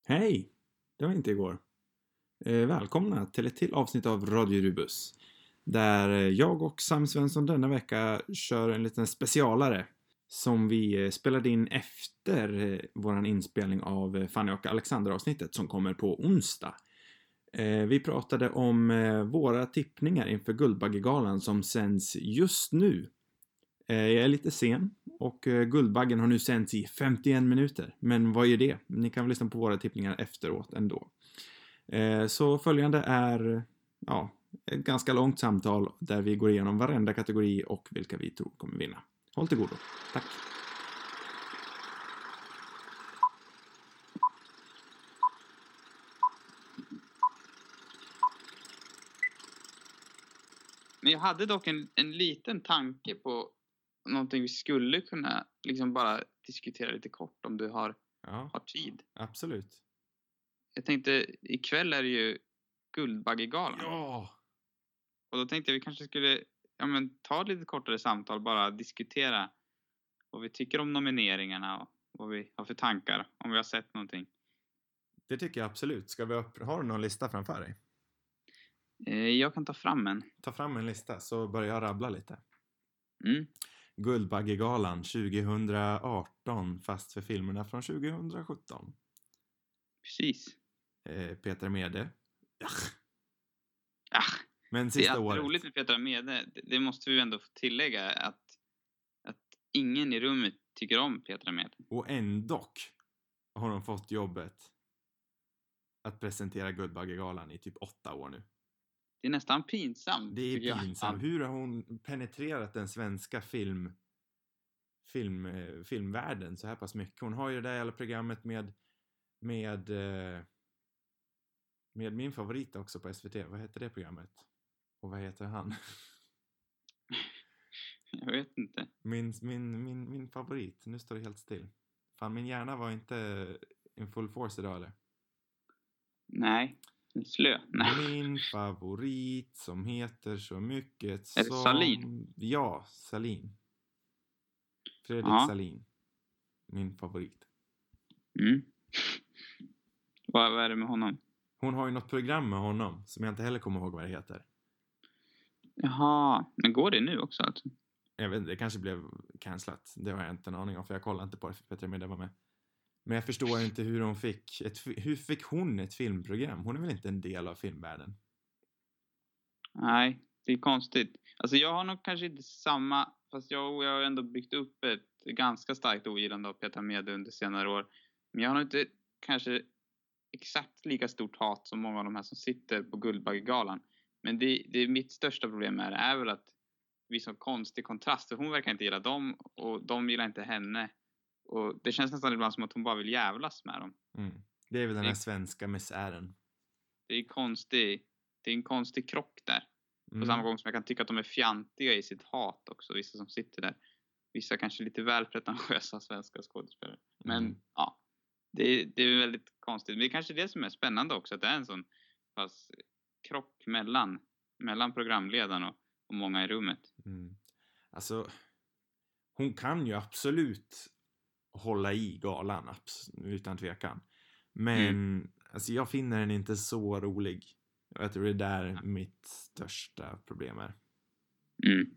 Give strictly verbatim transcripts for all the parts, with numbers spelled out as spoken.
Hej! Det var inte igår. Eh, välkomna till ett till avsnitt av Radio Rubus. Där jag och Sam Svensson denna vecka kör en liten specialare. Som vi spelade in efter våran inspelning av Fanny och Alexander-avsnittet som kommer på onsdag. Eh, vi pratade om eh, våra tippningar inför Guldbaggegalan som sänds just nu. Eh, jag är lite sen och eh, Guldbaggen har nu sänds i femtioen minuter. Men vad är det? Ni kan väl lyssna på våra tippningar efteråt ändå. Eh, så följande är ja, ett ganska långt samtal där vi går igenom varenda kategori och vilka vi tror kommer vinna. Håll till godo. Tack. Men jag hade dock en, en liten tanke på någonting vi skulle kunna liksom bara diskutera lite kort om du har, Ja, har tid. absolut. Jag tänkte, ikväll är det ju Guldbaggegalan. Ja! Och då tänkte jag vi kanske skulle ja, men, ta ett lite kortare samtal, bara diskutera vad vi tycker om nomineringarna och vad vi har för tankar, om vi har sett någonting. Det tycker jag absolut. Ska vi upp... Har du någon lista framför dig? Eh, jag kan ta fram en. Ta fram en lista så börjar jag rabbla lite. Mm. Guldbaggegalan tjugohundraarton fast för filmerna från tjugosjutton. Precis. Eh, Peter Mede. Ja. Ah, Men det är sista alltid året. roligt med Petra Mede. Det, det måste vi ändå få tillägga att, att ingen i rummet tycker om Petra Mede. Och ändå har de fått jobbet att presentera Guldbaggegalan i typ åtta år nu. Det är nästan pinsamt. Det är tycker jag. pinsamt. Hur har hon penetrerat den svenska film, film, eh, filmvärlden så här pass mycket? Hon har ju det där jävla programmet med med eh, med min favorit också på S V T. Vad heter det programmet? Och vad heter han? Jag vet inte. Min, min, min, min favorit. Nu står det helt still. Fan, min hjärna var inte in full force idag, eller? Nej, en slö. Nej. Min favorit som heter så mycket Är det som... Salin? Ja, Salin. Fredrik Ja. Salin. Min favorit. Mm. Vad, vad är det med honom? Hon har ju något program med honom som jag inte heller kommer ihåg vad det heter. Jaha, men går det nu också alltså? Jag vet inte, det kanske blev cancelat. Det har jag inte en aning om för jag kollade inte på det för Petra Mede var med. Men jag förstår inte hur hon fick ett, hur fick hon ett filmprogram? Hon är väl inte en del av filmvärlden? Nej, det är konstigt. Alltså jag har nog kanske inte samma, fast jag, jag har ändå byggt upp ett ganska starkt ogillande av Petra Mede under senare år. Men jag har nog inte kanske exakt lika stort hat som många av de här som sitter på Guldbaggegalan. Men det, det är mitt största problem med det är väl att vi så konstig kontrast. För hon verkar inte gilla dem och de gillar inte henne. Och det känns nästan ibland som att hon bara vill jävlas med dem. Mm. Det är väl den här Det- svenska misären. Det är konstig, det är en konstig krock där. På Mm. samma gång som jag kan tycka att de är fjantiga i sitt hat också. Vissa som sitter där. Vissa kanske lite väl pretentiösa svenska skådespelare. Men Mm. ja, det, det är väldigt konstigt. Men det är kanske det som är spännande också. Att det är en sån pass krock mellan, mellan programledaren och, och många i rummet. Mm. Alltså, hon kan ju absolut hålla i galan, abs- utan tvekan. Men Mm. alltså, jag finner den inte så rolig. Jag tror det är där mitt största problem är. Mm.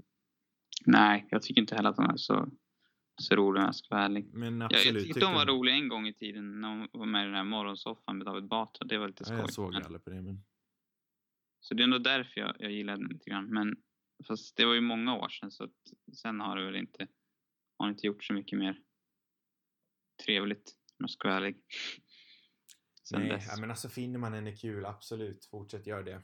Nej, jag tycker inte heller att de är så, så roliga, jag ska vara ärlig. Men Jag, absolut. jag tyckte de var roliga en gång i tiden när hon var med i den här morgonsoffan med David Batra. Det var lite Ja, skoj. jag såg Men- aldrig på det, men... Så det är ändå därför jag, jag gillar den lite grann. Men fast det var ju många år sedan så att sen har det väl inte, har inte gjort så mycket mer trevligt, om jag ska vara ärlig. Sen Nej, dess. ja, men alltså finner man henne kul, absolut. Fortsätt göra det.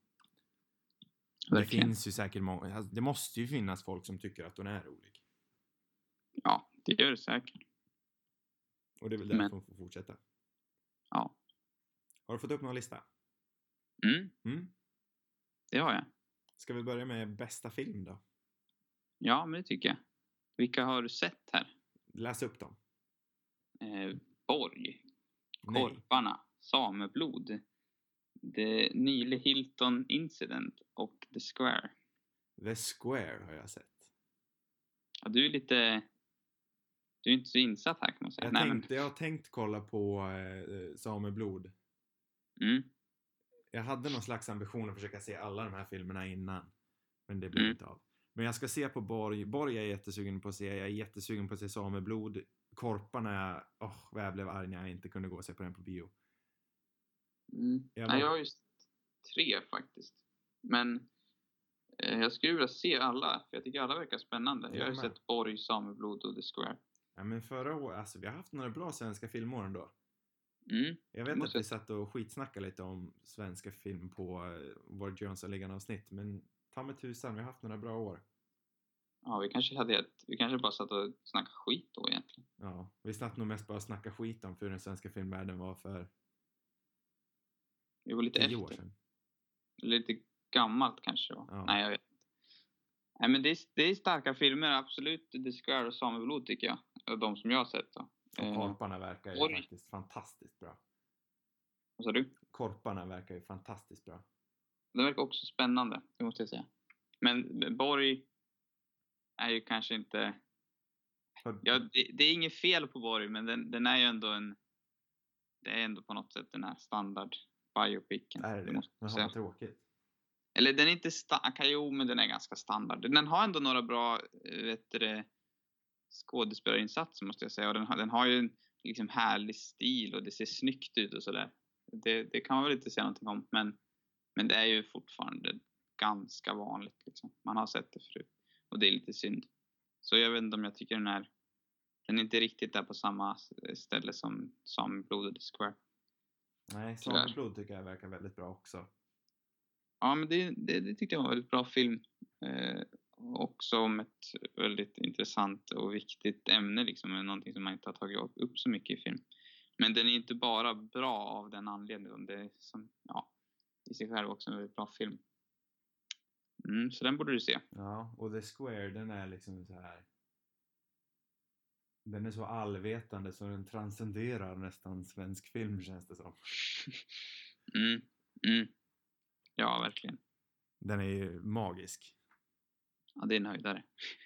Verkligen. Det finns ju säkert många... Alltså, det måste ju finnas folk som tycker att hon är rolig. Ja, det gör det säkert. Och det är väl därför Men- hon får fortsätta. Ja. Har du fått upp någon lista? Mm, Mm. det har jag. Ska vi börja med bästa film då? Ja, men det tycker jag. Vilka har du sett här? Läs upp dem. Eh, Borg. Nej. Korparna. Sameblod. The Nile Hilton Incident och The Square. The Square har jag sett. Ja, du är lite... du är inte så insatt här kan man säga. Jag, Nej, tänkte, men, jag har tänkt kolla på eh, Sameblod. mm, Jag hade någon slags ambition att försöka se alla de här filmerna innan. Men det blev Mm. inte av. Men jag ska se på Borg. Borg är jag jättesugen på att se. Jag är jättesugen på att se Sameblod. Korparna, åh, oh, vad jag blev arg när jag inte kunde gå och se på den på bio. mm. Jag Nej, var- jag har just tre faktiskt. Men eh, jag skulle vilja se alla, för jag tycker alla verkar spännande. Jag har ju Jag med. sett Borg, Sameblod och The Square. Ja, men förra året, alltså vi har haft några bra svenska filmår ändå. Mm. Jag vet Måste att vi satt och skitsnackade lite om svenska film på uh, vårt Jönssonligan-avsnitt. Men ta med tusan, vi har haft några bra år. Ja, vi kanske hade ett, vi kanske bara satt och snackade skit då egentligen. Ja, vi satt nog mest bara snacka skit om hur den svenska filmvärlden var för Vi var lite tio år efter. sedan. Lite gammalt kanske då. Ja. Nej, jag vet inte. Nej, men det är, det är starka filmer, absolut. The Square och Sameblod tycker jag. Och de som jag har sett då. Och Eh, Korparna verkar ju Borg. faktiskt fantastiskt bra. vad sa du? Korparna verkar ju fantastiskt bra. Det verkar också spännande, det måste jag säga. Men Borg är ju kanske inte... För, Ja, det, det är inget fel på Borg, men den, den är ju ändå en... Det är ändå på något sätt den här standard biopicen. är det måste Men jag har säga. vad tråkigt. Eller den är inte stark, jo, men den är ganska standard. Den har ändå några bra vet du, det, skådespelarinsatser måste jag säga. Och den har, den har ju en liksom härlig stil och det ser snyggt ut och sådär. Det, det kan man väl inte säga någonting om, men, men det är ju fortfarande ganska vanligt. Liksom. Man har sett det förut och det är lite synd. Så jag vet inte om jag tycker den är, den är inte riktigt där på samma ställe som Sameblod och The Square. Nej, Tyvärr. Sameblod tycker jag verkar väldigt bra också. Ja, men det, det, det tyckte jag var en väldigt bra film. Eh, också om ett väldigt intressant och viktigt ämne. Liksom, någonting som man inte har tagit upp så mycket i film. Men den är inte bara bra av den anledningen. Det är som, ja, i sig själv också en väldigt bra film. Mm, så den borde du se. Ja, och The Square, den är liksom så här. Den är så allvetande så den transcenderar nästan svensk film, känns det som. Mm, mm. Ja, verkligen. Den är ju magisk. Ja, det är en höjdare.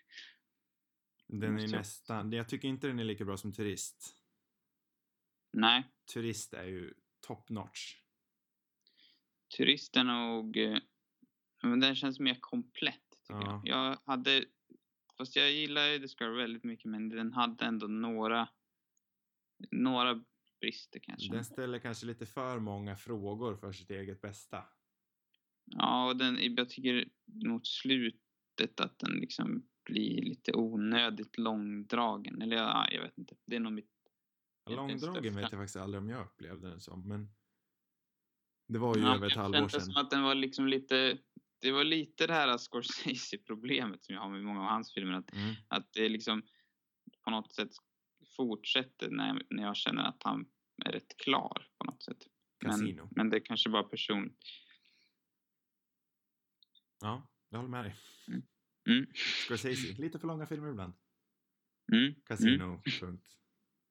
Den är Måste jag- nästan, jag tycker inte den är lika bra som Turist. Nej, Turist är ju top notch. Turisten och... eh, Men den känns mer komplett, tycker Ja. jag. Jag hade... Fast jag gillar ju The Square väldigt mycket, men den hade ändå några... Några brister kanske. Den ställer kanske lite för många frågor för sitt eget bästa. Ja, och den, jag tycker mot slutet att den liksom blir lite onödigt långdragen. Eller ja, jag vet inte. Det är nog mitt... Långdragen största. vet jag faktiskt aldrig om jag upplevde den som, men det var ju Ja, över ett jag halvår kände sedan. som att den var liksom lite... Det var lite det här Scorsese-problemet som jag har med många av hans filmer. Att, Mm. att det liksom på något sätt fortsätter när, när jag känner att han är rätt klar på något sätt. Men, Casino. men det är kanske bara personligt. Ja, jag håller med dig. Mm. Scorsese, lite för långa filmer ibland. Mm. Casino, Mm. punkt.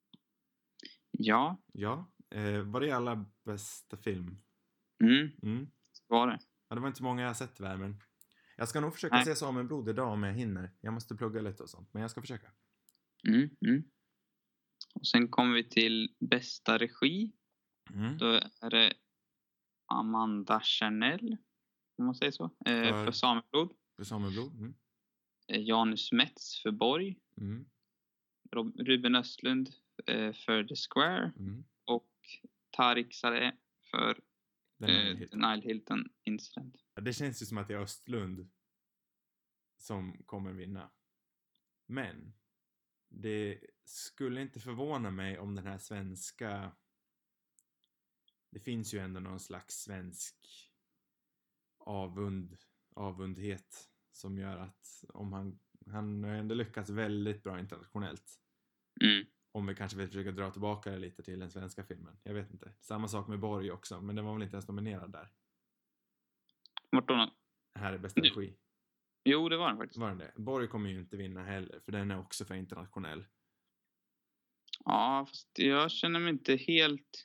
Ja, Ja, eh, var det alla bästa film? mm. Mm. var det. Ja, det var inte så många jag har sett tyvärr, men jag ska nog försöka Nej. se Sameblod idag om jag hinner. Jag måste plugga lite och sånt, men jag ska försöka. Mm. Mm. Och sen kommer vi till bästa regi. Mm. Då är det Amanda Chanel, om man säger så, eh, För- för Sameblod. För Sameblod? Mm. Eh, Janus Mets för Borg. Mm. Rob- Ruben Östlund eh, för The Square. Mm. Och Tariq Saleh för Den är eh, helt- The Nile Hilton Incident. Ja, det känns ju som att det är Östlund som kommer vinna. Men det skulle inte förvåna mig om den här svenska... Det finns ju ändå någon slags svensk avund, avundhet som gör att om han, han har ändå lyckats väldigt bra internationellt. Mm. Om vi kanske vill försöka dra tillbaka det lite till den svenska filmen. Jag vet inte. Samma sak med Borg också, men den var väl inte ens nominerad där. Vart då? Här är bästa regi. Jo, det var den faktiskt. Var den det? Borg kommer ju inte vinna heller, för den är också för internationell. Ja, fast jag känner mig inte helt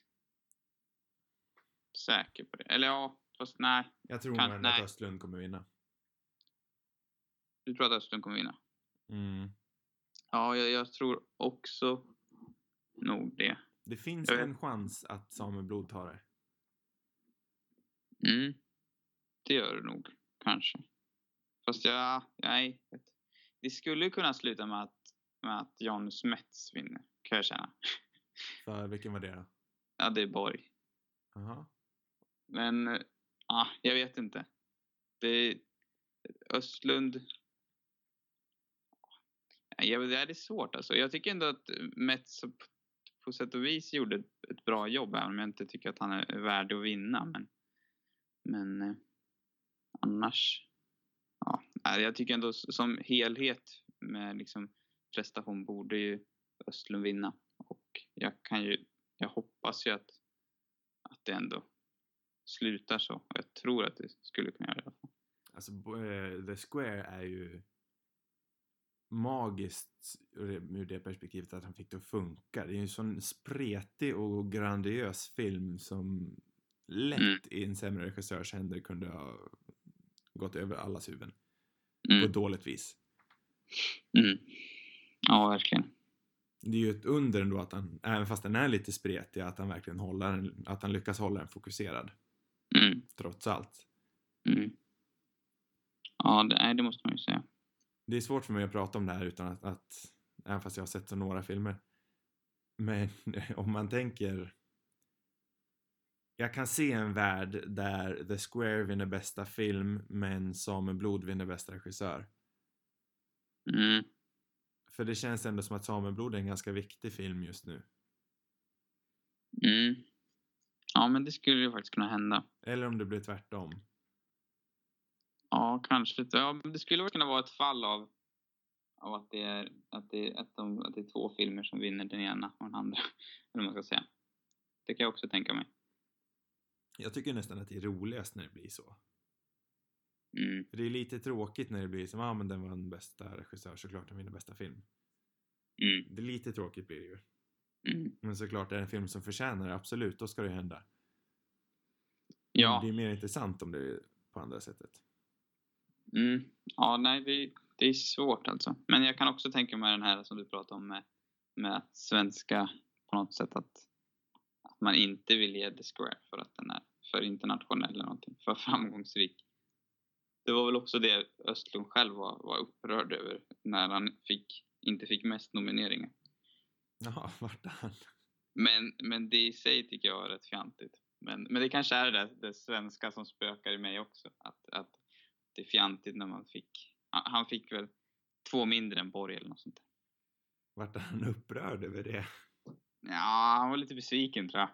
säker på det. Eller ja, fast nej. Jag tror Kan- nog ändå att nej. Östlund kommer vinna. Du tror att Östlund kommer vinna? Mm. Ja, jag, jag tror också nog det. Det finns Jag vet. en chans att Sameblod tar det. Mm. Det gör det nog, kanske. Fast jag, nej. Det skulle kunna sluta med att, med att Jan Smets vinner, kan jag känna. För vilken var det då? Ja, det är Borg. Jaha. Men, ja, jag vet inte. Det är Östlund. Ja, det är svårt alltså. Jag tycker ändå att Mets på sätt och vis gjorde ett bra jobb, även om jag inte tycker att han är värd att vinna. Men, men eh, annars, ja, jag tycker ändå som helhet med liksom prestation borde ju Östlund vinna. Och jag kan ju, jag hoppas ju att, att det ändå slutar så. Jag tror att det skulle kunna göra det i alla fall. Alltså, The Square är ju magiskt ur det perspektivet att han fick det att funka. Det är ju en sån spretig och grandiös film som lätt mm. i en sämre regissörs händer kunde ha gått över allas huvuden. Mm. På ett dåligt vis. Mm. Ja, verkligen. Det är ju ett under ändå att han, även fast den är lite spretig, att han verkligen håller, att han lyckas hålla den fokuserad. Mm. Trots allt. Mm. Ja, det, det måste man ju säga. Det är svårt för mig att prata om det här utan att, att även fast jag har sett så några filmer. Men om man tänker, jag kan se en värld där The Square vinner bästa film men Sameblod vinner bästa regissör. Mm. För det känns ändå som att Sameblod är en ganska viktig film just nu. Mm. Ja, men det skulle ju faktiskt kunna hända. Eller om det blir tvärtom. Ja, kanske. Ja, det skulle kunna vara ett fall av, av att, det är, att, det, att, de, att det är två filmer som vinner, den ena och den andra. Eller man ska säga. Det kan jag också tänka mig. Jag tycker nästan att det är roligast när det blir så. Mm. För det är lite tråkigt när det blir som, ja ah, men den var den bästa regissör, såklart den vinner bästa film. Mm. Det är lite tråkigt blir det ju. Mm. Men såklart är det en film som förtjänar det, absolut, då ska det hända. Ja. Men det är mer intressant om det är på andra sättet. Mm. Ja, nej, det, det är svårt alltså. Men jag kan också tänka mig den här som du pratade om med, med att svenska på något sätt att, att man inte vill ge The Square för att den är för internationell eller någonting, för framgångsrik. Det var väl också det Östlund själv var, var upprörd över när han fick, inte fick mest nomineringar. Jaha, vart han? Men, men det i sig tycker jag är rätt fjantigt. Men, men det kanske är det, det svenska som spökar i mig också. Att, att det är fjantigt när man fick... Han fick väl två mindre än Borg eller något sånt där. Vart han upprörd över det? Ja, han var lite besviken tror jag.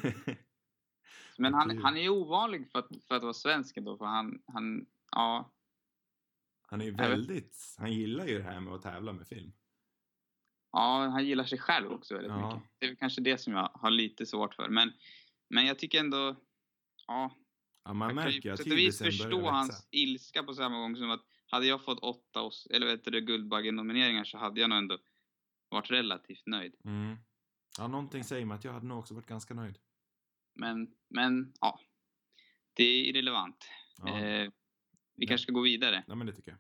Men han, han är ovanlig för att, för att vara svensk då. För han... han ja. Han är ju väldigt... Han gillar ju det här med att tävla med film. Ja, han gillar sig själv också väldigt ja. mycket. Det är kanske det som jag har lite svårt för. Men, men jag tycker ändå... Ja, ja man märker att jag vis förstå hans ilska på samma gång som att hade jag fått åtta os, eller vet du, Guldbaggen-nomineringar så hade jag nog ändå varit relativt nöjd. Mm. Ja, någonting säger mig att jag hade nog också varit ganska nöjd. Men, men ja, det är irrelevant. Ja. Eh, vi ja. kanske ska gå vidare. Ja, men det tycker jag.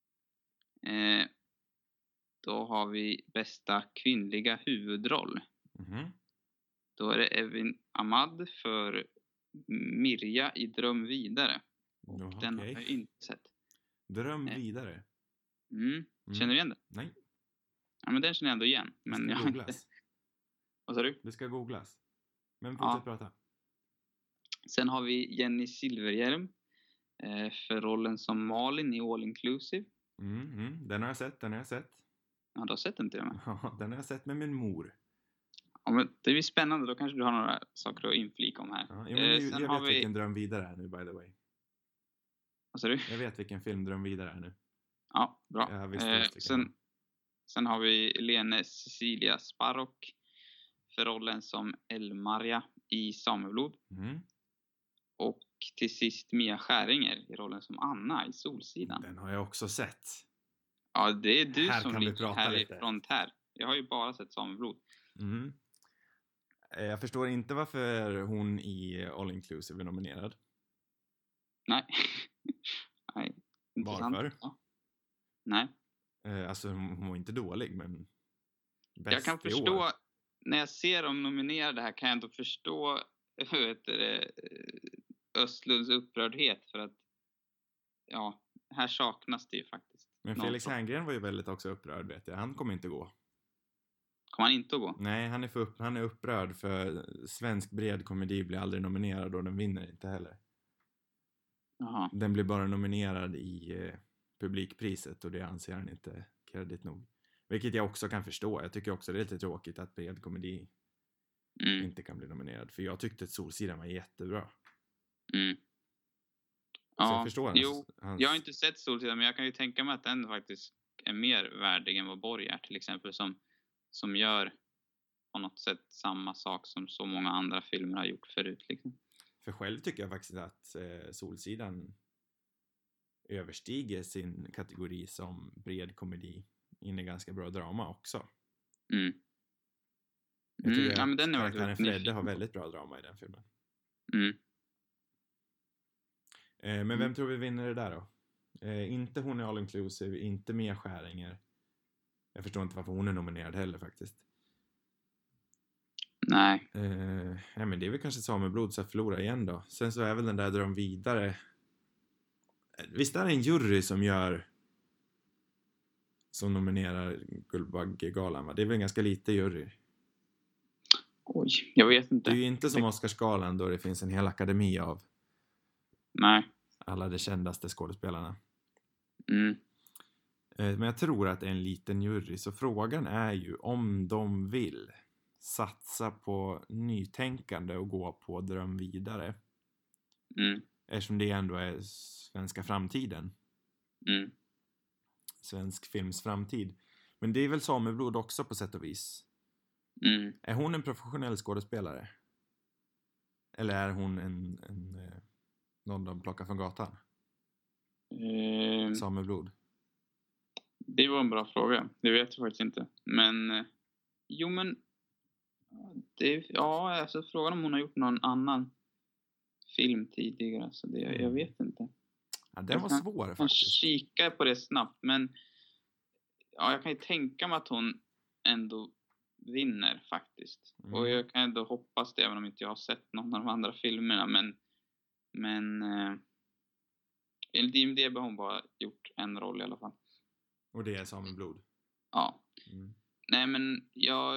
Eh, då har vi bästa kvinnliga huvudroll. Mm-hmm. Då är det Evin Ahmad för Mirja i Dröm vidare. Och ja, den okay. har jag inte sett. Dröm vidare? Mm. Mm. Känner du igen den? Nej. Ja, men den känner jag ändå igen. Men det ska jag googlas. Inte... Vad sa du? Det ska googlas. Men fortsätt ja. prata. Sen har vi Jenny Silverhjelm eh, för rollen som Malin i All Inclusive. Mm, mm. Den har jag sett, den har jag sett. Ja, du har sett den till med. Ja, den har jag sett med min mor. Ja, men det blir spännande, då kanske du har några saker att inflika om här. Ja, jag, eh, jag vet vi... vilken Dröm vidare är nu, by the way. Vad sa du? Jag vet vilken film Dröm vidare är nu. Ja, bra. Jag visste, eh, visste sen, sen har vi Lene Cecilia Sparrock för rollen som Elmaria i Sameblod. Mm. Och till sist Mia Skäringer i rollen som Anna i Solsidan. Den har jag också sett. Ja, det är du här som ligger härifrån här. Jag har ju bara sett Sameblod. Mm. Jag förstår inte varför hon i All Inclusive är nominerad. Nej. Nej. Intressant. Varför? Ja. Nej. Eh, alltså hon var inte dålig, men bäst Jag kan i förstå, år. när jag ser dem nominerade här kan jag ändå förstå hur heter det, Östlunds upprördhet, för att ja, här saknas det ju faktiskt. Men Felix Herngren var ju väldigt också upprörd, vet jag. Han kommer inte gå. Kommer han inte att gå? Nej, han är, för upp, han är upprörd för svensk bred komedi blir aldrig nominerad och den vinner inte heller. Jaha. Den blir bara nominerad i eh, publikpriset och det anser han inte kredit nog. Vilket jag också kan förstå. Jag tycker också det är lite tråkigt att bred komedi Mm. inte kan bli nominerad. För jag tyckte att Solsidan var jättebra. Mm. Så Ja, jag förstår hans, jo, hans... jag har inte sett Solsidan, men jag kan ju tänka mig att den faktiskt är mer värdig än vad Borg är till exempel, som, som gör på något sätt samma sak som så många andra filmer har gjort förut liksom. För själv tycker jag faktiskt att eh, Solsidan överstiger sin kategori som bred komedi in i ganska bra drama också. Mm. Jag tycker Mm, att ja, men den är karaktären väldigt Fredde har nyfiken. väldigt bra drama i den filmen. Mm. Eh, men Mm. vem tror vi vinner det där då? Eh, inte hon är all inclusive, inte Mia Skäringer. Jag förstår inte varför hon är nominerad heller faktiskt. Nej. Eh, ja, men det är väl kanske Sameblod så förlorar igen då. Sen så är väl den där Dröm vidare. Eh, Visst är det en jury som gör som nominerar Guldbaggegalan, va? Det är väl en ganska lite jury. Oj, jag vet Det inte. är ju inte som Oscarsgalan då det finns en hel akademi av Nej. alla de kändaste skådespelarna. Mm. Eh, Men jag tror att det är en liten jury. Så frågan är ju om de vill satsa på nytänkande och gå på Dröm vidare. Mm. Eftersom det ändå är svenska framtiden. Mm. Svensk films framtid. Men det är väl Sameblod också på sätt och vis. Mm. Är hon en professionell skådespelare? Eller är hon en, en eh, någon de plockar från gatan? Eh, Sameblod. det var en bra fråga. Det vet jag faktiskt inte. Men eh, jo, men det, ja, alltså frågan om hon har gjort någon annan film tidigare, så det, jag Mm. vet inte. Ja, den var Jag svår kan faktiskt. kika på det snabbt, men ja, jag kan ju tänka mig att hon ändå vinner faktiskt. Mm. Och jag kan ändå hoppas det, även om inte jag har sett någon av de andra filmerna. Men, men eh, enligt I M D B har hon bara gjort en roll i alla fall. Och det är Sameblod. Ja. Mm. Nej, men jag...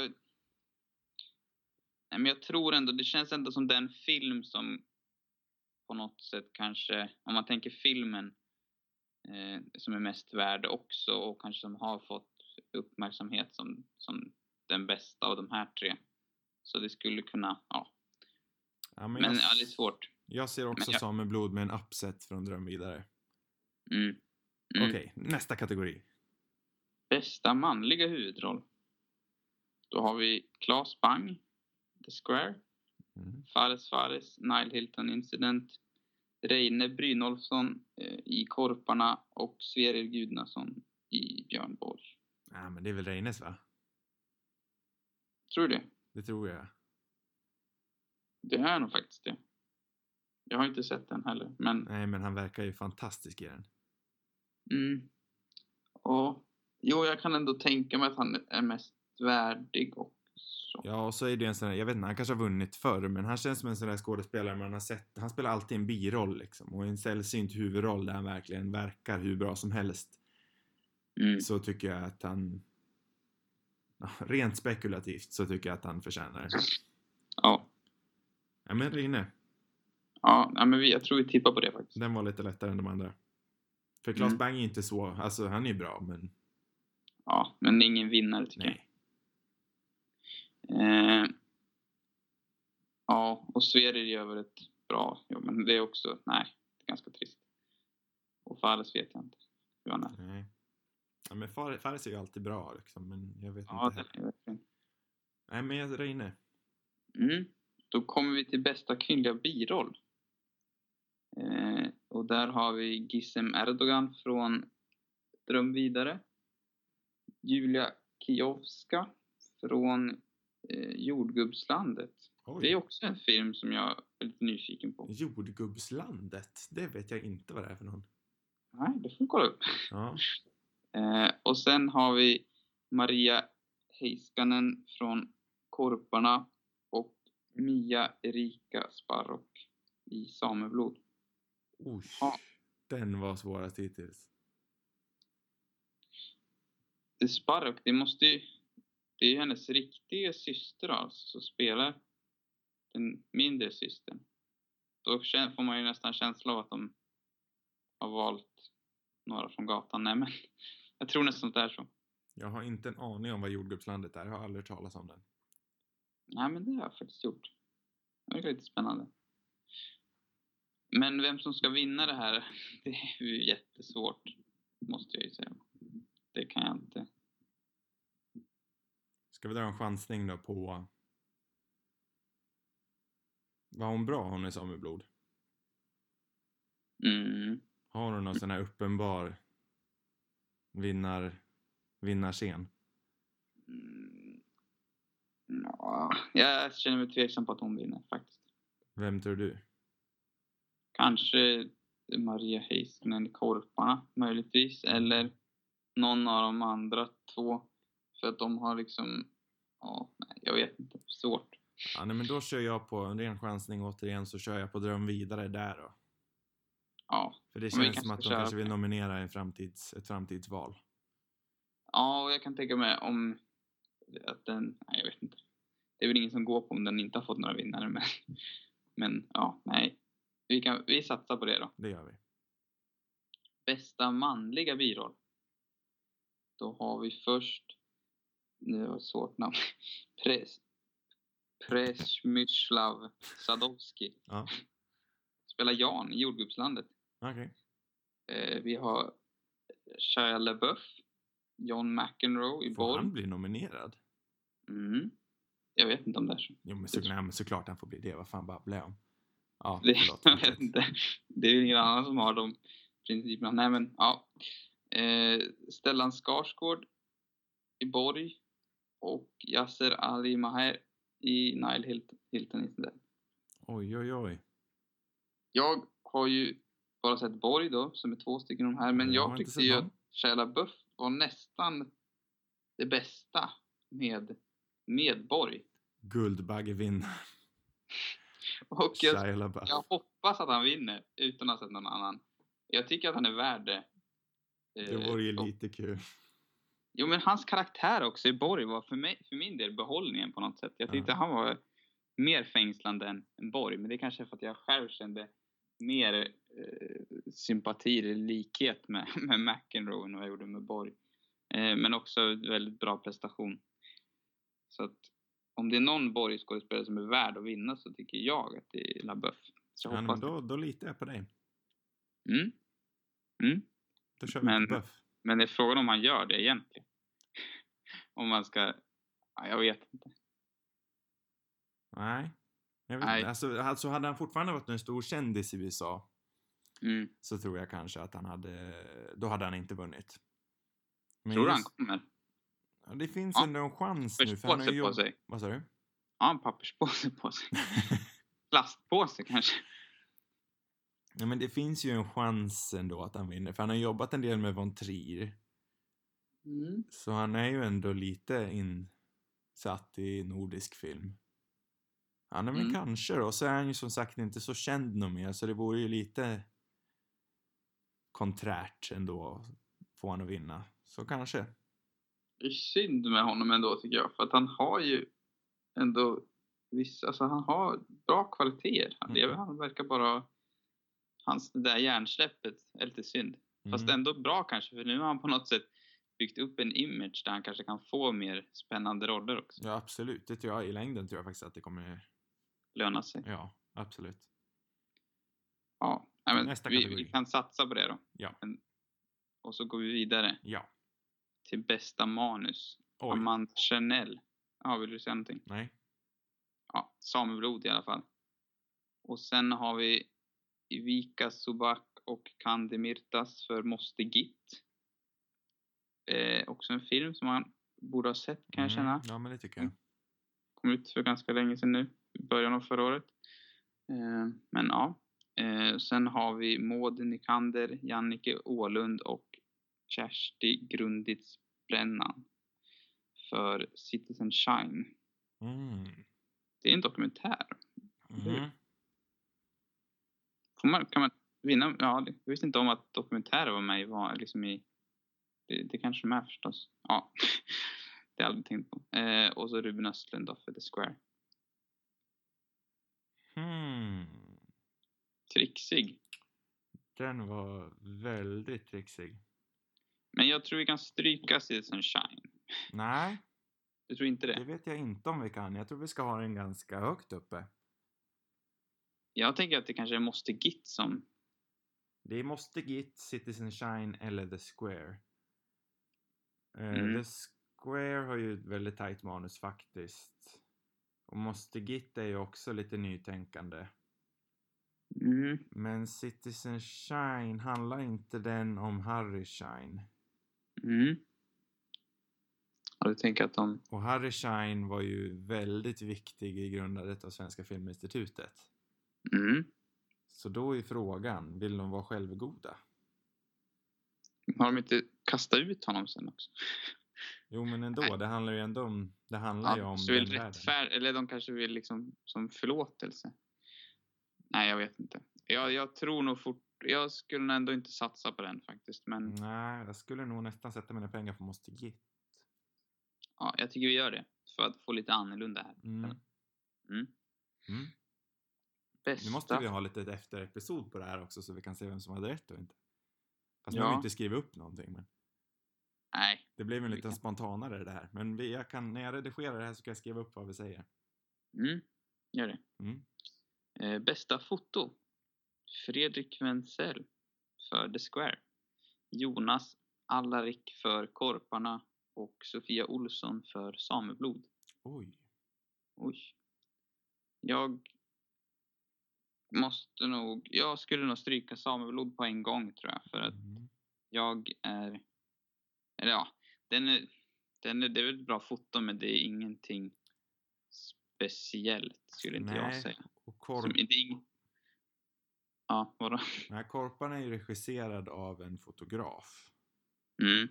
Nej, men jag tror ändå, det känns ändå som den film som på något sätt kanske, om man tänker filmen eh, som är mest värd också, och kanske som har fått uppmärksamhet som, som den bästa av de här tre. Så det skulle kunna, ja. Ja, men Men jag, ja, det är svårt. jag ser också Men jag- Sameblod med en upset från Dröm vidare. Mm. Mm. Okej, nästa kategori. Bästa manliga huvudroll. Då har vi Claes Bang, The Square, Mm. Fares Fares, Nile Hilton Incident, Reine Brynolfsson eh, i Korparna och Sverrir Gudnason i Björn Borg. Ja, men det är väl Reines, va? Tror du det? Det tror jag. Det är nog faktiskt det. Jag har inte sett den heller, men Nej, men han verkar ju fantastisk i den. mm. Och jo, jag kan ändå tänka mig att han är mest värdig också. Ja, och så är det en sån här, jag vet inte, han kanske har vunnit förr, men han känns som en sån där skådespelare man har sett. Han spelar alltid en biroll liksom, och en sällsynt huvudroll där han verkligen verkar hur bra som helst. Mm. Så tycker jag att han, ja, rent spekulativt så tycker jag att han förtjänar det. Ja. Ja, men Rine, Ja, nej, men vi, jag tror vi tippar på det faktiskt. den var lite lättare än de andra. För Claes Mm. Bang är inte så, alltså han är ju bra, men Ja, men ingen vinnare tycker nej. jag. Eh, ja, och Sverige gör väl ett bra jobb, men det är också, nej, det är ganska trist. Och Fares vet jag inte hur han är. Nej. Ja, men Far- Fares är ju alltid bra liksom, men jag vet Ja, inte det heller. är verkligen. Nej, men jag Rine. Mm. Då kommer vi till bästa kvinnliga biroll. Eh, och där har vi Gizem Erdogan från Dröm vidare. Julia Kijowska från eh, Jordgubbslandet. Oj. Det är också en film som jag är lite nyfiken på. Jordgubbslandet, det vet jag inte vad det är för någon. Nej, det får vi kolla upp. Ja. Eh, och sen har vi Maria Heiskanen från Korparna och Mia Erika Sparrock i Sameblod. Usch, Ja. den var svårast hittills. Sparrock, det måste ju... Det är ju hennes riktiga syster alltså, som spelar den mindre systern. Då får man ju nästan känsla av att de har valt några från gatan. Nej, men jag tror nästan att det är så. Jag har inte en aning om vad jordgubbslandet är. Jag har aldrig talat om den. Nej, men det har jag faktiskt gjort. Det är lite spännande. Men vem som ska vinna det här, det är ju jättesvårt, måste jag ju säga. Det kan jag inte. Ska vi dra en chansning då på... Var hon bra, hon är Sameblod? Mm. Har hon någon sån här uppenbar vinnar, vinnarscen? Mm. Ja, jag känner mig tveksam på att hon vinner faktiskt. Vem tror du? Kanske Maria Heiskanen i Korparna möjligtvis. Eller någon av de andra två. För att de har liksom... Ja, nej, jag vet inte. Svårt. Ja, nej, men då kör jag på en ren chansning återigen, så kör jag på Dröm vidare där då. Ja. För det Men vi känns som att de köra kanske vill på det. nominera en framtids, ett framtidsval. Ja, och jag kan tänka mig om att den... Nej, jag vet inte. Det är väl ingen som går på om den inte har fått några vinnare. Men, men ja, nej. Vi, kan, vi satsar på det då. Det gör vi. Bästa manliga biroll. Då har vi först... Nu var ett svårt namn. Pres, Przemyslav Sadowski. Ja, Spelar Jan i Jordgubbslandet. okej. Eh, vi har Shia LaBeouf. John McEnroe i Får han Borg. bli nominerad? Mm. Jag vet inte om det är så. Jo, men, så, nej, men såklart han får bli det. Vad fan babblar jag om? Ja, Det, förlåt. jag vet fortsätt. inte. Det är ju ingen annan som har de principerna. Nej, men ja. Eh, Stellan Skarsgård i Borg. Och Yasser Ali Maher i Nile Hilton, Hilton Incident. Oj, oj, oj. Jag har ju bara sett Borg då, som är två stycken de här. Men Jag har jag inte tyckte sett ju någon. att Shia LaBeouf var nästan det bästa med, med Borg. Guldbagge vinner. Och jag, Shia LaBeouf. jag hoppas att han vinner utan att ha sett någon annan. Jag tycker att han är värd det. Det vore ju och- lite kul. Jo, men hans karaktär också i Borg var för, mig, för min del behållningen på något sätt. Jag tyckte Ja. han var mer fängslande än, än Borg. Men det är kanske för att jag själv kände mer eh, sympati eller likhet med, med McEnroe än vad jag gjorde med Borg. Eh, men också väldigt bra prestation. Så att om det är någon Borg-skådespelare som är värd att vinna, så tycker jag att det är LaBeouf. Så jag Ja, men hoppas då, då litar jag på dig. det. Mm. Mm. Då kör vi Men- på Buff. Men det är frågan om han gör det egentligen. Om man ska... Ja, jag vet inte. Nej. Jag vet Nej. inte. Alltså, alltså hade han fortfarande varit en stor kändis i U S A, Mm. så tror jag kanske att han hade... Då hade han inte vunnit. Men Tror du han just- kommer? Ja, det finns Ja. ändå en chans nu. För han har Papperspåse ju på jobb... sig. Vad sa du? Ja, en papperspåse på sig. Plastpåse kanske. Ja, men det finns ju en chans ändå att han vinner. För han har jobbat en del med Von Trier. Mm. Så han är ju ändå lite insatt i nordisk film. Han är väl Mm. kanske då. Så är han ju som sagt inte så känd nog mer. Så det vore ju lite konträrt ändå att få han att vinna. Så kanske. Det är synd med honom ändå, tycker jag. För att han har ju ändå vissa... Alltså han har bra kvaliteter. Han, Mm. han verkar bara... Hans det där hjärnsläppet är lite synd. Fast Mm. ändå bra kanske. För nu har han på något sätt byggt upp en image där han kanske kan få mer spännande roller också. Ja, absolut. Det tror jag. I längden tror jag faktiskt att det kommer... Löna sig. Ja, absolut. Ja, nej, men Nästa vi, kategori. vi kan satsa på det då. Ja. Men, och så går vi vidare Ja. till bästa manus. Oj. Amanda Chanel. Ja, vill du säga någonting? Nej. Ja, Sameblod i alla fall. Och sen har vi Ivica Subak och Kandi Mirtas för Måste Git. Eh, också en film som man borde ha sett, kan jag känna. Mm. Ja, men det tycker jag. Kom ut för ganska länge sedan nu. I början av förra året. Eh, men ja. Eh, sen har vi Maud Nykander, Jannike Ålund och Kersti Grunditsbrännan för Citizen Shine. Mm. Det är en dokumentär. Mm. Får man, kan man vinna? Ja, jag visste inte om att dokumentärer var med i, var liksom i det, det kanske de är förstås. Ja, det har jag aldrig tänkt på. Eh, och så Ruben Östlund då för The Square. Hmm. Trixig. Den var väldigt trixig. Men jag tror vi kan stryka Citizen Shine. Nej, Du tror inte det? det vet jag inte om vi kan. Jag tror vi ska ha den ganska högt uppe. Jag tänker att det kanske måste Git som... Det måste Git, Citizen Shine eller The Square. Uh, Mm. The Square har ju ett väldigt tajt manus faktiskt. Och måste Git är ju också lite nytänkande. Mm. Men Citizen Shine, handlar inte den om Harry Shine? Mm. Ja, du tänker att de... Och Harry Shine var ju väldigt viktig i grundandet av Svenska Filminstitutet. Mm. Så då är frågan, vill de vara självgoda? Har de inte kastat ut honom sen också? Jo, men ändå, Nej. det handlar ju ändå om, det handlar ju Ja, om så vill den världen. rättfär... Eller de kanske vill liksom som förlåtelse. Nej, jag vet inte. Jag, jag tror nog fort... Jag skulle ändå inte satsa på den faktiskt. Men Nej, jag skulle nog nästan sätta mina pengar på Måste Git. ja, jag tycker vi gör det. För att få lite annorlunda här. Mm. Mm. Mm. Bästa... Nu måste vi ha lite efter episod på det här också så vi kan se vem som hade rätt och inte. Fast Ja. nu har vi inte skrivit upp någonting. Men Nej. det blev en Vi liten kan- spontanare det här. Men vi, jag kan, när jag redigerar det här så kan jag skriva upp vad vi säger. Mm. Gör det. Mm. Eh, bästa foto. Fredrik Wenzel för The Square. Jonas Allarik för Korparna. Och Sofia Olsson för Sameblod. Oj. Oj. Jag måste nog... Jag skulle nog stryka Sameblod på en gång tror jag. För att Mm. jag är... Eller ja, den är, den är, det är väl ett bra foto men det är ingenting speciellt skulle inte jag Nej, säga. och Korp... Som, det är ing... Ja, vadå? Nej, Korpan är ju regisserad av en fotograf. Mm.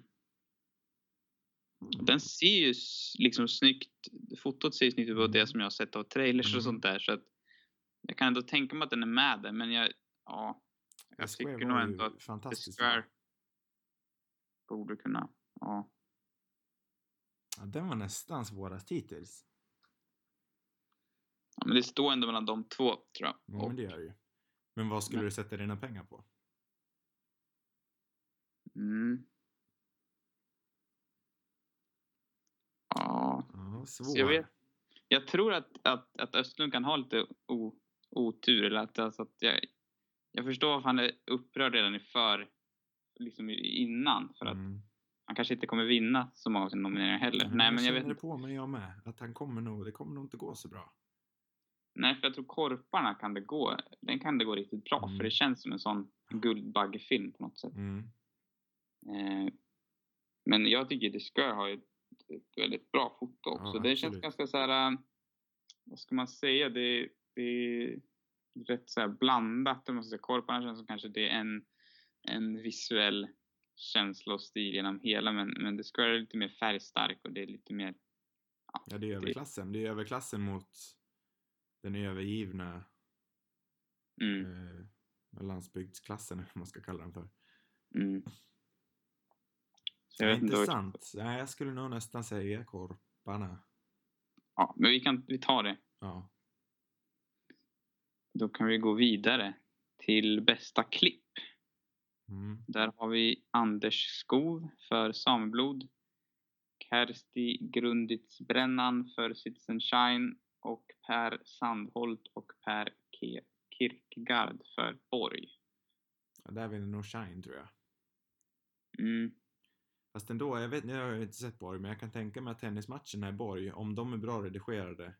Den ser ju s- liksom snyggt, fotot ser ju snyggt ut på Mm. det som jag har sett av trailers Mm. och sånt där. Så att jag kan ändå tänka mig att den är med där. Men jag, ja, jag The Square tycker var nog ju ändå att The fantastiskt Square bra. borde kunna, ja. Ja, den var nästan svårast hittills. ja. Men det står ändå mellan de två tror jag. Ja, Och, men det gör det ju. Men vad skulle Men- du sätta dina pengar på? mm. Ja, Ja, svår. Så jag vet- jag tror att, att, att Östlund kan ha lite o, otur. Eller att, alltså att jag, jag förstår varför han är upprörd redan i för, liksom innan. För att Mm. han kanske inte kommer vinna så många av sina nomineringar heller. Nej, men jag känner vet det inte. på mig jag med. Att han kommer nog, det kommer nog inte gå så bra. Nej, för jag tror Korparna kan det gå. Den kan det gå riktigt bra. Mm. För det känns som en sån guldbaggefilm på något sätt. Mm. Eh, men jag tycker The Square har ju ett, ett väldigt bra foto också. Ja, det absolut. känns ganska så här... äh, Vad ska man säga? Det, det är rätt så här blandat. Jag måste säga. Korparna känns som kanske det är en, en visuell känsla och stil genom hela. Men, men The Square är lite mer färgstark och det är lite mer... Ja, det är överklassen. Det är överklassen mot den övergivna Mm, eh, landsbygdsklassen, eller vad man ska kalla den för. mm. Så Ja, jag vet inte vad- intressant. Nej, jag skulle nog nästan säga Korparna. Ja, men vi kan vi tar det. Ja. Då kan vi gå vidare till bästa klipp. Mm. Där har vi Anders Skov för Sameblod. Kersti Grunditsbrännan för Citizen Shine. Och Per Sandholt och Per K- Kierkegaard för Borg. Ja, där vinner nog Shine, tror jag. Mm. Fast ändå, jag vet, jag har ju inte sett Borg, men jag kan tänka mig att tennismatcherna i Borg, om de är bra redigerade.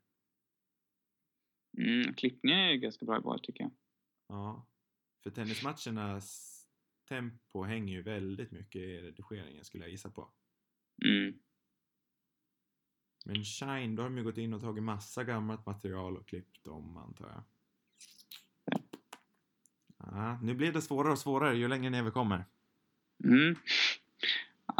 Mm, klippningen är ju ganska bra i Borg tycker jag. Ja. För tennismatchernas tempo hänger ju väldigt mycket i redigeringen, skulle jag gissa på. Mm. Men Shine, då har de ju gått in och tagit massa gammalt material och klippt om, antar jag. Ja, nu blir det svårare och svårare ju längre ner vi kommer. Mm.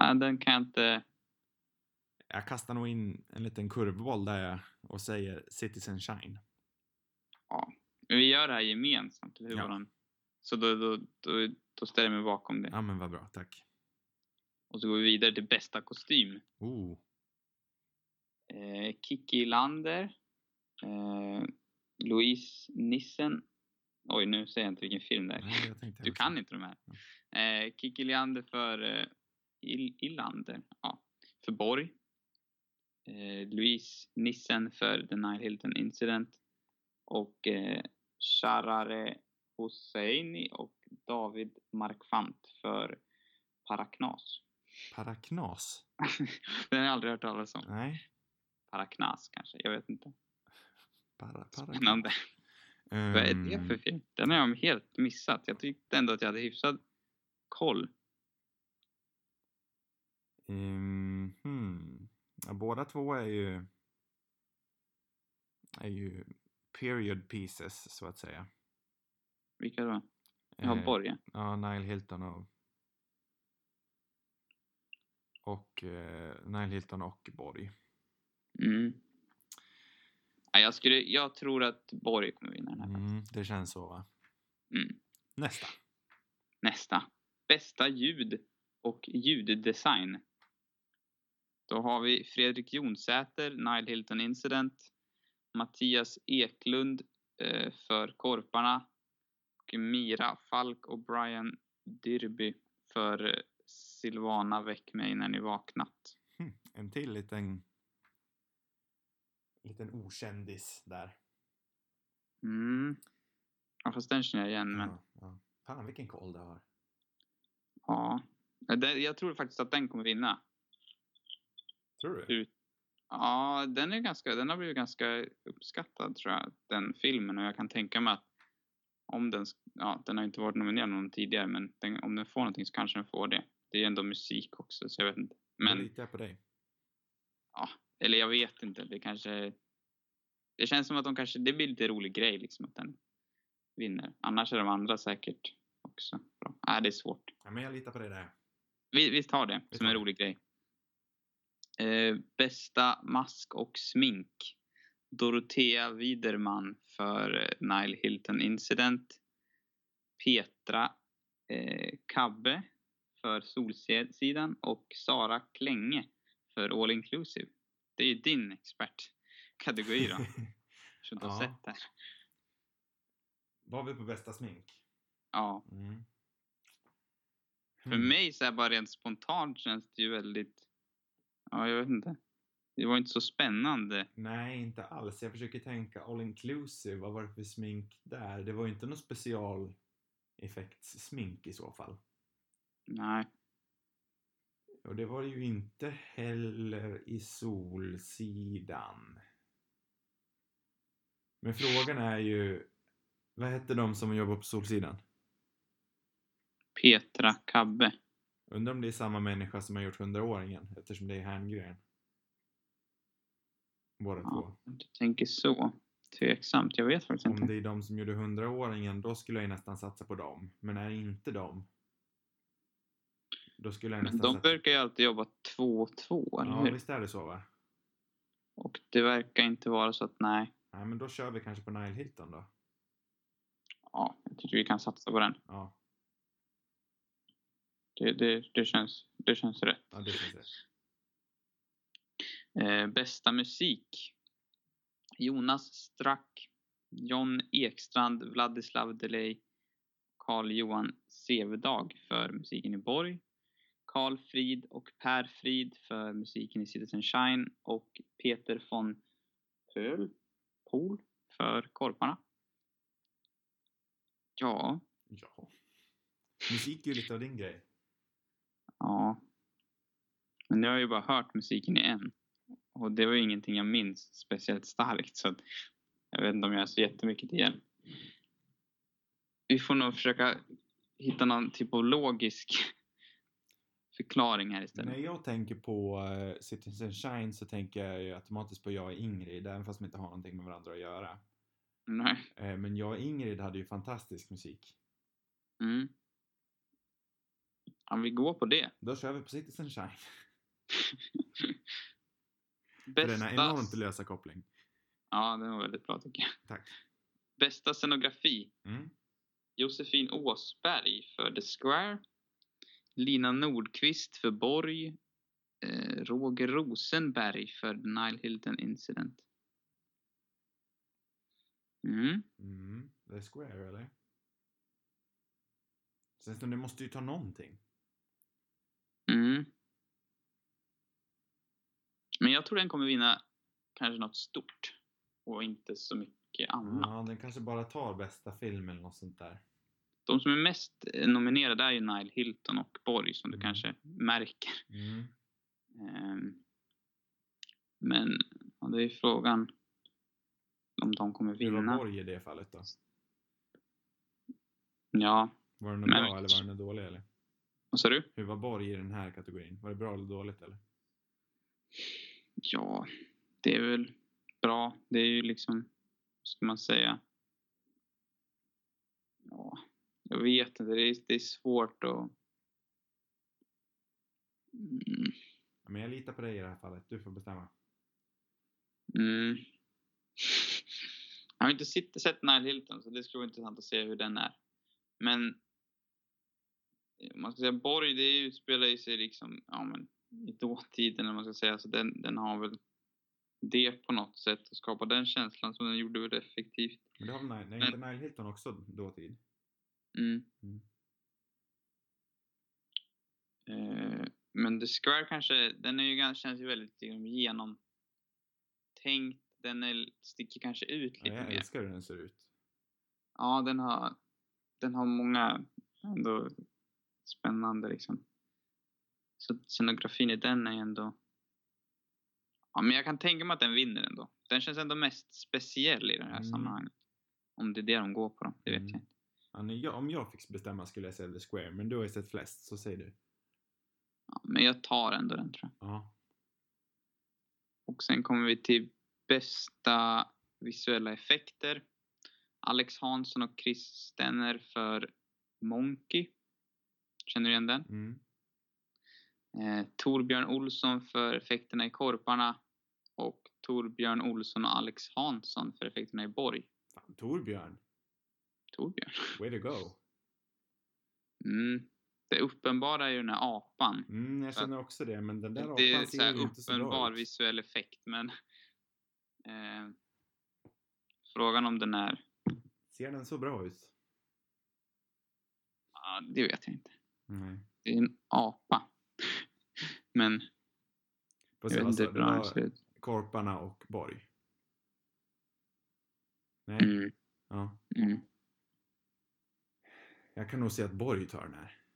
Ja, den kan jag inte... Jag kastar nog in en liten kurvboll där och säger Citizen Shine. Ja, men vi gör det här gemensamt, eller hur? Ja. Våran? Så då, då, då, då ställer jag mig bakom det. Ja, men vad bra, tack. Och så går vi vidare till bästa kostym. Oh. Eh, Kiki Lander. Eh, Louise Nissen. Oj, nu säger jag inte vilken film det är. Nej, jag tänkte Du också. kan inte de här. Eh, Kiki Leander för eh, Il- Ilander. Ja, för Borg. Eh, Louise Nissen för The Nile Hilton Incident. Och eh, Sharare Hosseini och David Markfant för Paraknas. Paraknas? Den har jag aldrig hört talas om. Nej. Paraknas kanske, jag vet inte. Para, paraknas. Spännande. Um, Vad är det för film? Den har jag helt missat. Jag tyckte ändå att jag hade hyfsad koll. Um, hmm. Ja, båda två är ju är ju period pieces, så att säga. Vilka då? Jag har Eh, Borg. Ja, Nile Hilton och och eh, Nile Hilton och Borg. Mm. Ja, jag, skulle, jag tror att Borg kommer vinna den här. Mm, det känns så, va? Mm. Nästa. Nästa. Bästa ljud och ljuddesign. Då har vi Fredrik Jonsäter, Nile Hilton Incident. Mattias Eklund eh, för Korparna. Och Mira Falk och Brian Dyrby för eh, Silvana väck mig när ni vaknat. Hm, en till liten liten okändis där. Mm. Ja, fast den känner jag igen, men... Ja, ja. Fan, vilken koll du har. Ja. Det, jag tror faktiskt att den kommer vinna. Tror du? Ut. Ja, den är ganska, den har blivit ganska uppskattad, tror jag, den filmen. Och jag kan tänka mig att om den, ja, den har inte varit nominerad någon tidigare, men den, om den får någonting så kanske den får det. Det är ändå musik också, så jag vet inte. Men Men, litar jag på dig. ja, eller jag vet inte, det kanske, det känns som att de kanske, det blir lite rolig grej liksom att den vinner. Annars är de andra säkert också bra. Nej, det är svårt. Ja, men jag litar på dig där. Vi, vi tar det Vi som tar en det. rolig grej. Eh, bästa mask och smink. Dorothea Widerman för Nile Hilton Incident. Petra eh, Kabbe för Solsidan. Och Sara Klänge för All Inclusive. Det är ju din expertkategori då. Som du har Ja. sett där. Var vi på bästa smink? Ja. Mm. För Hmm. mig så här bara rent spontant känns det ju väldigt... Ja, jag vet inte. Det var inte så spännande. Nej, inte alls. Jag försöker tänka all inclusive. Vad var det för smink där? Det var ju inte någon specialeffektssmink i så fall. Nej. Och det var det ju inte heller i Solsidan. Men frågan är ju, vad hette de som jobbar på Solsidan? Petra Kabbe. Undrar om det är samma människa som har gjort hundraåringen, eftersom det är Herngren. Båda Ja, två. du tänker så. Tveksamt, jag vet faktiskt Om inte. det är de som gjorde hundraåringen, då skulle jag nästan satsa på dem. Men är det inte de, då skulle jag Men nästan de satsa... brukar ju alltid jobba två och två, eller Ja, hur? visst är det så, va? Och det verkar inte vara så att, nej. Nej, men då kör vi kanske på Nile Hilton då. Ja, jag tycker vi kan satsa på den. Ja, Det, det, det, känns, det känns rätt. ja det känns rätt. Eh, bästa musik. Jonas Strack. John Ekstrand. Vladislav Delay. Carl-Johan Sevedag för musiken i Borg. Carl Frid och Per Frid för musiken i Citizen Shine. Och Peter von Pöl, Pol för Korparna. Ja, Ja. Musik är ju lite av din grej. ja. Men jag har ju bara hört musiken i en. Och det var ju ingenting jag minns speciellt starkt. Så att jag vet inte om jag är så jättemycket till hjälp. Vi får nog försöka hitta någon typ av logisk förklaring här istället. När jag tänker på uh, Citizen Shine så tänker jag ju automatiskt på jag och Ingrid, även fast de inte har någonting med varandra att göra. Nej. Uh, men jag och Ingrid hade ju fantastisk musik. Mm. Ja, vi går på det. Då kör vi på Citizen Shine. För Bästa... den är enormt lösa koppling. Ja, den var väldigt bra tycker jag. Tack. Bästa scenografi. Mm. Josefin Åsberg för The Square. Lina Nordqvist för Borg. Eh, Roger Rosenberg för The Nile Hilton Incident. Mm. Mm. The Square, eller? Sen så det måste ju ta någonting. Mm. Men jag tror den kommer vinna kanske något stort. Och inte så mycket annat. Ja, den kanske bara tar bästa film eller något sånt där. De som är mest nominerade är ju Nile Hilton och Borg, som du Mm. kanske märker. Mm. Um, men ja, det är frågan om de kommer Hur vinna. var Borg i det fallet då? Ja. Var den Men- bra eller var den dålig eller? Vad sa du? Hur var Borg i den här kategorin? Var det bra eller dåligt eller? Ja, det är väl bra. Det är ju liksom, vad ska man säga? Ja, jag vet inte. Det är, det är svårt att... Mm. Ja, men jag litar på dig i det här fallet. Du får bestämma. Mm. Jag har inte sett, sett Nile Hilton, så det skulle vara intressant att se hur den är. Men om man ska säga Borg, det utspelar ju sig liksom, ja, men i dåtiden, eller man ska säga. Så den, den har väl det på något sätt att skapa den känslan som den gjorde väl effektivt. Men det har väl Nile, nej, inte Nile Hilton också dåtid? Mm. Mm. Eh, men The Square kanske, den är ju ganska, känns ju väldigt liksom, genomtänkt. Den är, sticker kanske ut lite Ja, jag mer. älskar hur den ser ut. Ja, den har, den har många ändå spännande liksom. Så scenografin i den är ändå... Ja, men jag kan tänka mig att den vinner ändå. Den känns ändå mest speciell i det här Mm. sammanhanget. Om det är det de går på då, det vet Mm. jag inte. Ja, nej, jag, om jag fick bestämma skulle jag säga The Square. Men du har ju sett flest, så säger du. Ja, men jag tar ändå den tror jag. Ja. Och sen kommer vi till bästa visuella effekter. Alex Hansson och Chris Stenner för Monkey. Känner du igen den? Mm. Eh, Torbjörn Olsson för effekterna i Korparna. Och Torbjörn Olsson och Alex Hansson för effekterna i Borg. Fan, Torbjörn. Torbjörn. Way to go. Mm. Det uppenbara är ju den här apan. Mm, jag känner också det. Men den där Det är apan så här ser ju inte så bra uppenbar ut. visuell effekt. Men eh, frågan om den är... Ser den så bra ut? Ja, det vet jag inte. Nej. Det är en apa. Men Får jag se, vet inte alltså, hur det bra den var ser ut. Korparna och Borg. Nej? Mm, Ja. mm. Jag kan nog se att Borg tar den här.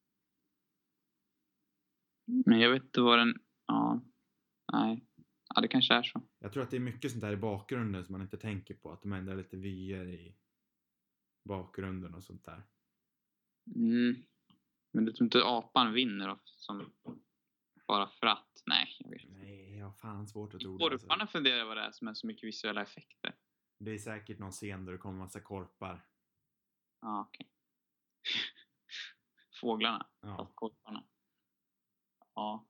Men jag vet inte vad den... Ja, nej. Ja, det kanske är så. Jag tror att det är mycket sånt där i bakgrunden som man inte tänker på. Att de ändrar lite vyer i bakgrunden och sånt där. Mm. Men du tror inte apan vinner då? Som bara för att? Nej, jag vet inte. Nej, jag har fan svårt att tro det. Alltså. Korparna funderar vad det är som är så mycket visuella effekter. Det är säkert någon scen där det kommer massa korpar. Ja, okej. Fåglarna. Ja. Korparna. Ja.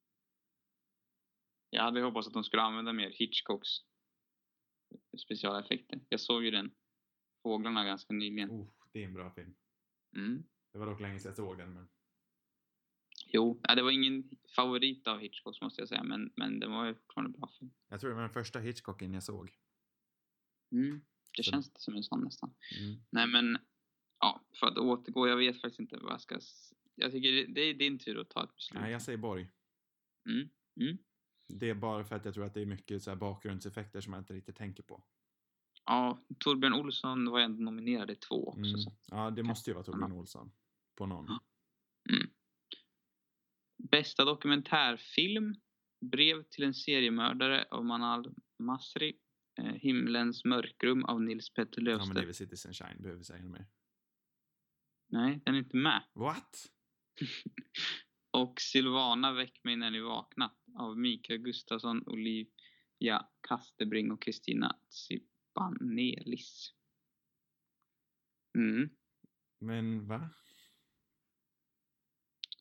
Jag hade hoppats att de skulle använda mer Hitchcocks specialeffekter. Jag såg ju den Fåglarna ganska nyligen. Oh, det är en bra film. Mm. Det var dock länge sedan jag såg den, men... Jo, ja, det var ingen favorit av Hitchcocks måste jag säga, men, men det var ju fortfarande en bra film. Jag tror det var den första Hitchcocken jag såg. Mm. Det Så- känns som en sån nästan. Mm. Nej, men ja, för att återgå, jag vet faktiskt inte vad jag ska... s- Jag tycker det, det är din tur att ta ett beslut. Nej, jag säger Borg. Mm. Mm. Det är bara för att jag tror att det är mycket så här bakgrundseffekter som man inte riktigt tänker på. Ja, Torbjörn Olsson var ändå nominerad i två också. Mm. Så. Ja, det måste ju vara Torbjörn Olsson. På någon. Mm. Bästa dokumentärfilm. Brev till en seriemördare av Manal Masri. Eh, Himlens mörkrum av Nils Petter Ja, men det är Löfstedt. väl Citizen Shine. Behöver vi säga något mer. Nej, den är inte med. What? Och Silvana, väck mig när ni vaknat av Mikael Gustafsson, Olivia Kastebring och Kristina Tsipanelis. Mm. Men va?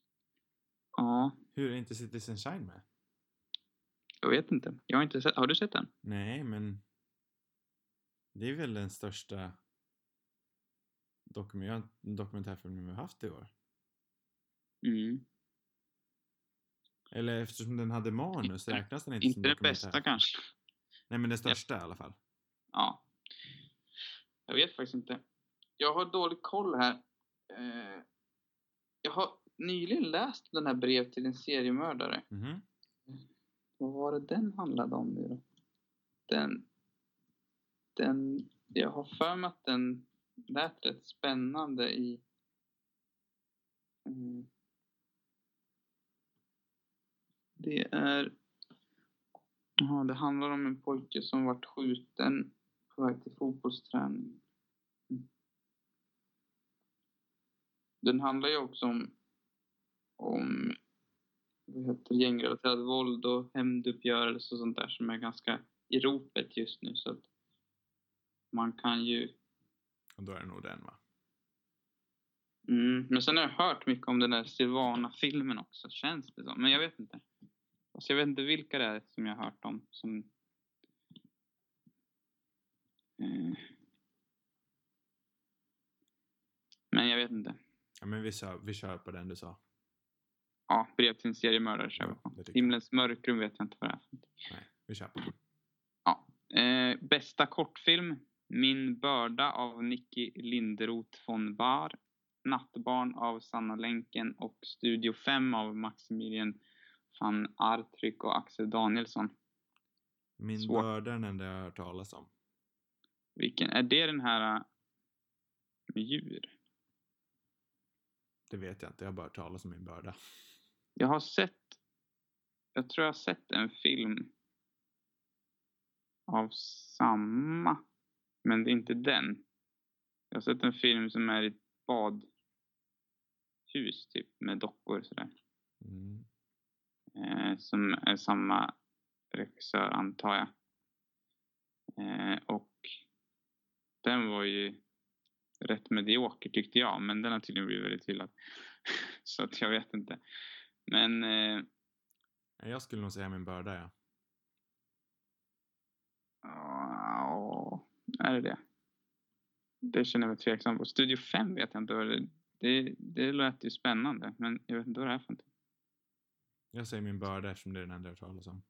Ja, Hur är inte Citizen Shine med? jag vet inte. Jag har inte sett. Har du sett den? Nej, men det är väl den största dokument- dokumentärfilmen vi har haft i år. Mm. Eller eftersom den hade manus räknas den inte, Inte som den dokumentär. bästa kanske. Nej, men den största i alla fall. Ja. Jag vet faktiskt inte. Jag har dålig koll här. Eh, jag har nyligen läst den här brev till en seriemördare. Mhm. Vad var det den handlade om nu då? Den... Den... Jag har för mig att den lät rätt spännande i... Mm. Det är... Ja, det handlar om en pojke som vart skjuten på väg till fotbollsträning. Mm. Den handlar ju också om... om vad heter det, gängrelaterat våld och hämnduppgörelse och sånt där som är ganska i ropet just nu. Så att man kan ju... Och då är det nog den, va? Mm, men sen har jag hört mycket om den där Silvana-filmen också, känns det som. Men jag vet inte. Alltså jag vet inte vilka det är som jag har hört om. Som... Eh... Men jag vet inte. Ja, men vi kör, vi kör på den du sa. Ja, brev till en seriemördare kör vi Ja, på. det tycker jag. Himlens mörkrum vet jag inte vad det är. Nej, vi kör på den. Ja. Eh, bästa kortfilm. Min börda av Nicky Linderoth von Bahr. Nattbarn av Sanna Länken och Studio fem av Maximilian van Artryck och Axel Danielsson. Min Svårt. börda är den enda jag har hört talas om. Vilken, är det den här med djur? Det vet jag inte, jag har bara hört talas om min börda. Jag har sett, jag tror jag har sett en film av samma, men det är inte den. Jag har sett en film som är i ett badhus typ med dockor sådär. Mm. Eh, som är samma regissör antar jag. Eh, och den var ju rätt medioker tyckte jag, men den har tydligen blivit väldigt hyllad. Så att jag vet inte. Men eh, Jag skulle nog säga min börda, ja. ja, är det det? Det känner jag mig tveksam på. Studio fem vet jag inte vad det, det, det lät ju spännande, men jag vet inte vad det är för någonting. Jag säger min börda eftersom det är den enda jag har talas om.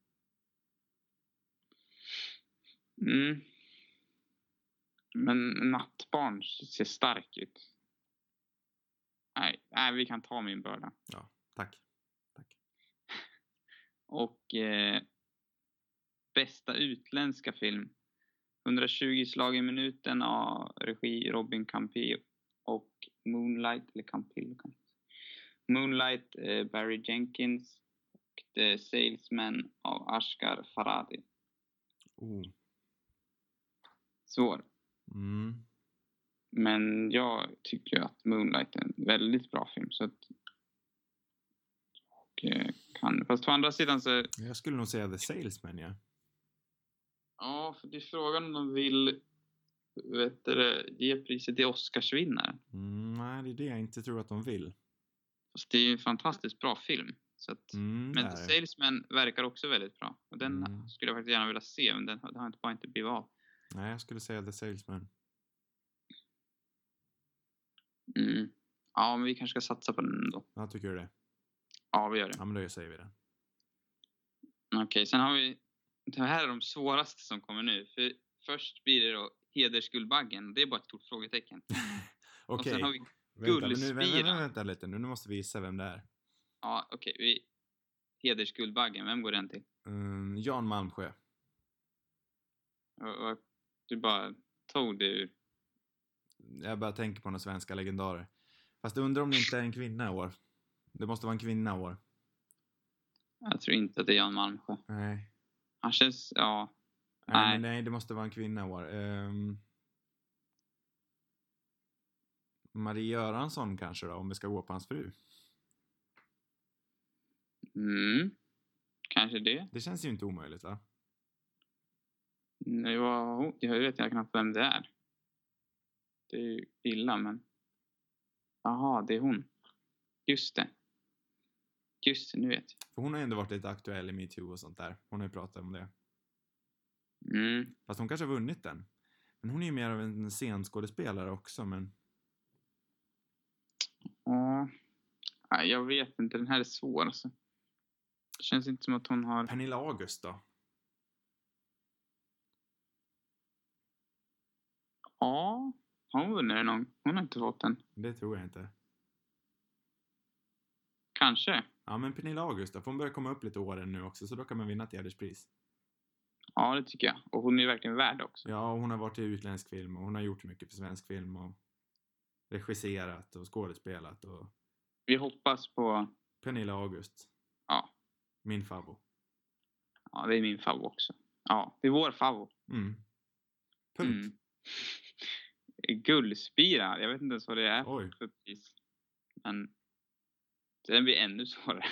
Mm. Men Nattbarn ser stark ut. Nej, nej, vi kan ta min börda. Ja, tack. Tack. Och eh, bästa utländska film. hundratjugo slag i minuten av regi Robin Campillo och Moonlight, eller Campillo kanske. Moonlight, eh, Barry Jenkins och The Salesman av Ashghar Farhadi. Oh. Svår. Mm. Men jag tycker att Moonlight är en väldigt bra film. Så att och, eh, kan, fast å andra sidan så... Jag skulle nog säga The Salesman, ja. Ja, för det är frågan om de vill vet du, ge priset till Oscarsvinnaren. Mm, nej, det är det jag inte tror att de vill. Fast det är ju en fantastiskt bra film. Så att, Mm, men The Salesman verkar också väldigt bra. Och den mm. skulle jag faktiskt gärna vilja se, men den, den har inte bara inte blivit av. Nej, jag skulle säga The Salesman. Mm. Ja, men vi kanske ska satsa på den då. Ja, tycker du det? Ja, vi gör det. Ja, men då säger vi det. Okej, okay, sen har vi... Det här är de svåraste som kommer nu. För först blir det då Hedersguldbaggen. Det är bara ett stort frågetecken. Okej. Och sen har vi Guldspiran. Vänta, Guldspiran. vänta, vänta, vänta lite. Nu, nu måste vi gissa vem det är. Ja, okej. Okay. Vi... Hedersguldbaggen, vem går den till? Um, Jan Malmsjö. Och, och, du bara tog det ur... Jag bara tänker på några svenska legendarer. Fast jag undrar om det inte är en kvinna i år. Det måste vara en kvinna i år. Jag tror inte att det är Jan Malmsjö. Nej. Han känns, ja. Nej, Nej. men nej, det måste vara en kvinna i år. Um, Marie Göransson kanske då, om vi ska gå på hans fru. Mm. Kanske det. Det känns ju inte omöjligt, va? Nej, vad, jag vet jag knappt vem det är. Det är ju illa, men... Jaha, det är hon. Just det. Just det, nu vet jag. För hon har ändå varit lite aktuell i MeToo och sånt där. Hon har ju pratat om det. Mm. Fast hon kanske har vunnit den. Men hon är ju mer av en scenskådespelare också, men... Ja. Nej, jag vet inte. Den här är svår alltså. Det känns inte som att hon har... Pernilla August då? Ja. Har hon vunnit den någon? Hon har inte fått den. Det tror jag inte. Kanske. Ja, men Pernilla August då? För hon börjar komma upp lite åren nu också, så då kan man vinna ett hederspris. Ja, det tycker jag. Och hon är verkligen värd också. Ja, och hon har varit i utländsk film och hon har gjort mycket för svensk film och regisserat och skådespelat och... Vi hoppas på... Pernilla August. Ja. Min favvo. Ja, det är min favvo också. Ja, det är vår favvo. Mm. Punkt. Mm. Guldspira. Jag vet inte ens vad det är Oj. för pris. Men den blir ännu svårare.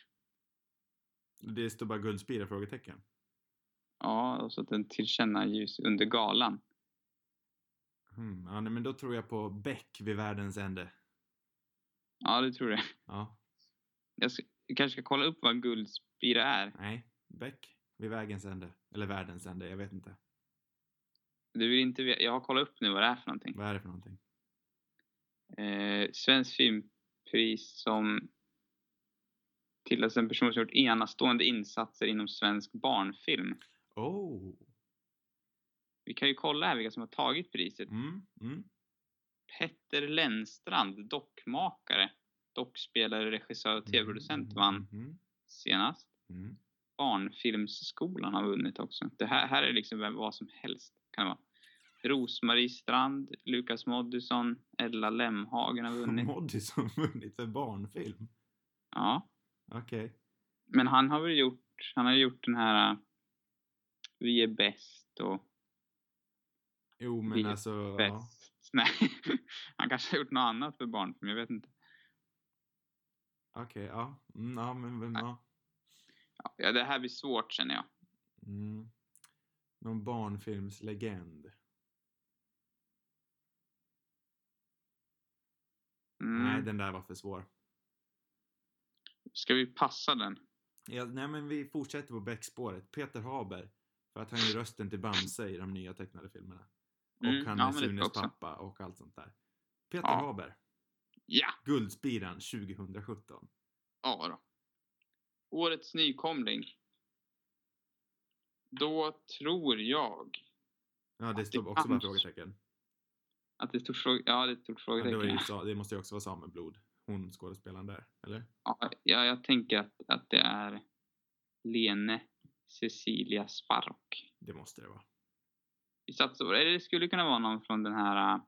Det står bara guldspira, frågetecken. Ja, och så att den tillkännages under galan. Mm. Ja, nej, men då tror jag på Beck vid världens ände. Ja, det tror jag. Ja. Jag, ska, jag kanske ska kolla upp vad guldspira är. Nej, Beck vid vägens ände. Eller världens ände, jag vet inte. Du vill inte veta. Jag har kollat upp nu vad det är för någonting. Vad är det för någonting? Eh, svensk filmpris som till en person som gjort enastående insatser inom svensk barnfilm. Oh. Vi kan ju kolla här vilka som har tagit priset. Mm, mm. Petter Lennstrand, dockmakare, dockspelare, regissör och tv-producent vann Mm, senast. mm. Barnfilmsskolan har vunnit också. Det här, här är liksom vad som helst kan det vara. Rosmarie Strand, Lukas Moodysson, Ella Lemhagen har vunnit. Moodysson har vunnit för barnfilm? Ja. Okej. Okay. Men han har väl gjort, han har gjort den här Vi är bäst och... Jo, men alltså... Bäst. Ja. Nej, han kanske har gjort något annat för barnfilm, jag vet inte. Okej, okay, ja. Mm, ja, men... men ja. Ja, det här blir svårt känner jag. Mm. Någon barnfilmslegend. Mm. Nej, den där var för svår. Ska vi passa den? Ja, nej, men vi fortsätter på Beck-spåret. Peter Haber. För att han är rösten till Bamse i de nya tecknade filmerna. Och Mm, han ja, är Sunes pappa och allt sånt där. Peter ja. Haber. Ja. Guldspiran tjugohundrasjutton. Ja då. Årets nykomling. Då tror jag... Ja, det står också bara frågetecken. Att det står fråga... Ja, det är ett stort frågetecken. Ja, det, ju, det måste ju också vara Sameblod. Hon skådespelaren där, eller? Ja, jag tänker att, att det är Lene Cecilia Sparrock. Det måste det vara. Vi satsar på det. Eller det skulle kunna vara någon från den här...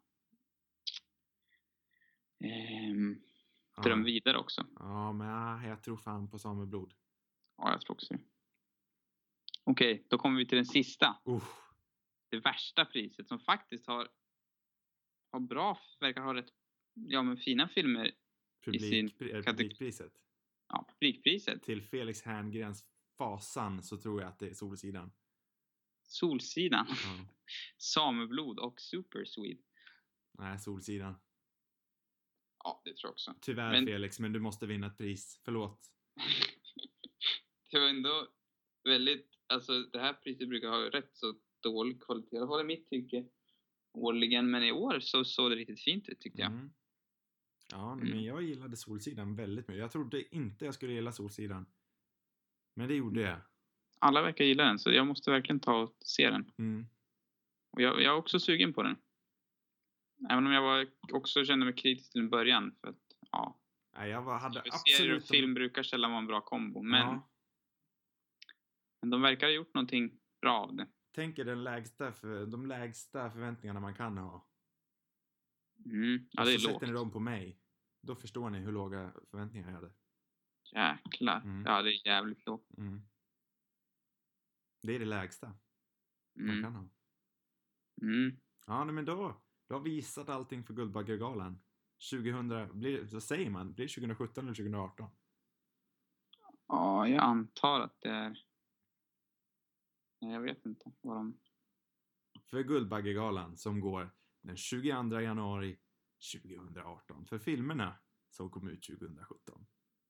Ähm, Ja. Dröm vidare också. Ja, men ja, jag tror fan på Sameblod. Ja, jag tror också det. Okej, då kommer vi till den sista. Uh. Det värsta priset som faktiskt har, har bra, verkar ha rätt ja, men fina filmer Publik, i sin är publikpriset. Ja, publikpriset. Till Felix Herngrens fasan så tror jag att det är Solsidan. Solsidan. Ja. Sameblod och Super Swede. Nej, Solsidan. Ja, det tror jag också. Tyvärr men... Felix, men du måste vinna ett pris. Förlåt. Det var ändå väldigt, alltså det här priset brukar ha rätt så dålig kvalitet. Det var mitt tycke årligen, men i år så såg det riktigt fint ut tyckte jag. Mm. Ja, mm. men jag gillade Solsidan väldigt mycket. Jag trodde inte jag skulle gilla Solsidan. Men det gjorde jag. Alla verkar gilla den, så jag måste verkligen ta och se den. Mm. Och jag, jag är också sugen på den. Även om jag var, också kände mig kritisk till en början. För att, ja. Nej, jag var, hade för absolut... serier och film brukar sällan vara en bra kombo. Men, ja. men de verkar ha gjort någonting bra av det. Tänk er den lägsta för, de lägsta förväntningarna man kan ha. Mm. Ja, och det är så lågt. sätter ni dem på mig. Då förstår ni hur låga förväntningar jag hade. Jäklar. Mm. Ja, det är jävligt lågt. Mm. Det är det lägsta mm. man kan ha. Mm. Ja, men då, då har vi gissat allting för Guldbaggegalan. tjugohundra, blir, vad säger man? Blir det tjugosjutton eller tjugoarton? Ja, jag antar att det är... Nej, jag vet inte vad de... För Guldbaggegalan som går den tjugoandra januari tjugoarton. För filmerna som kom ut tjugosjutton.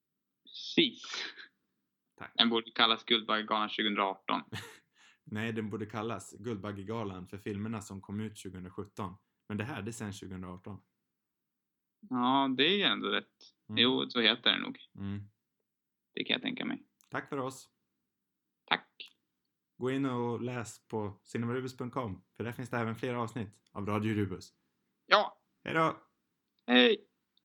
Precis. Tack. Den borde kallas Guldbaggegalan tjugo arton. Nej, den borde kallas Guldbaggegalan för filmerna som kom ut tjugo sjutton. Men det här, det är sen tjugo arton. Ja, det är ändå rätt. Mm. Jo, så heter det nog. Mm. Det kan jag tänka mig. Tack för oss. Tack. Gå in och läs på cinemarubus punkt com. För där finns det även flera avsnitt av Radio Rubus. Ja. Hej då! Hej!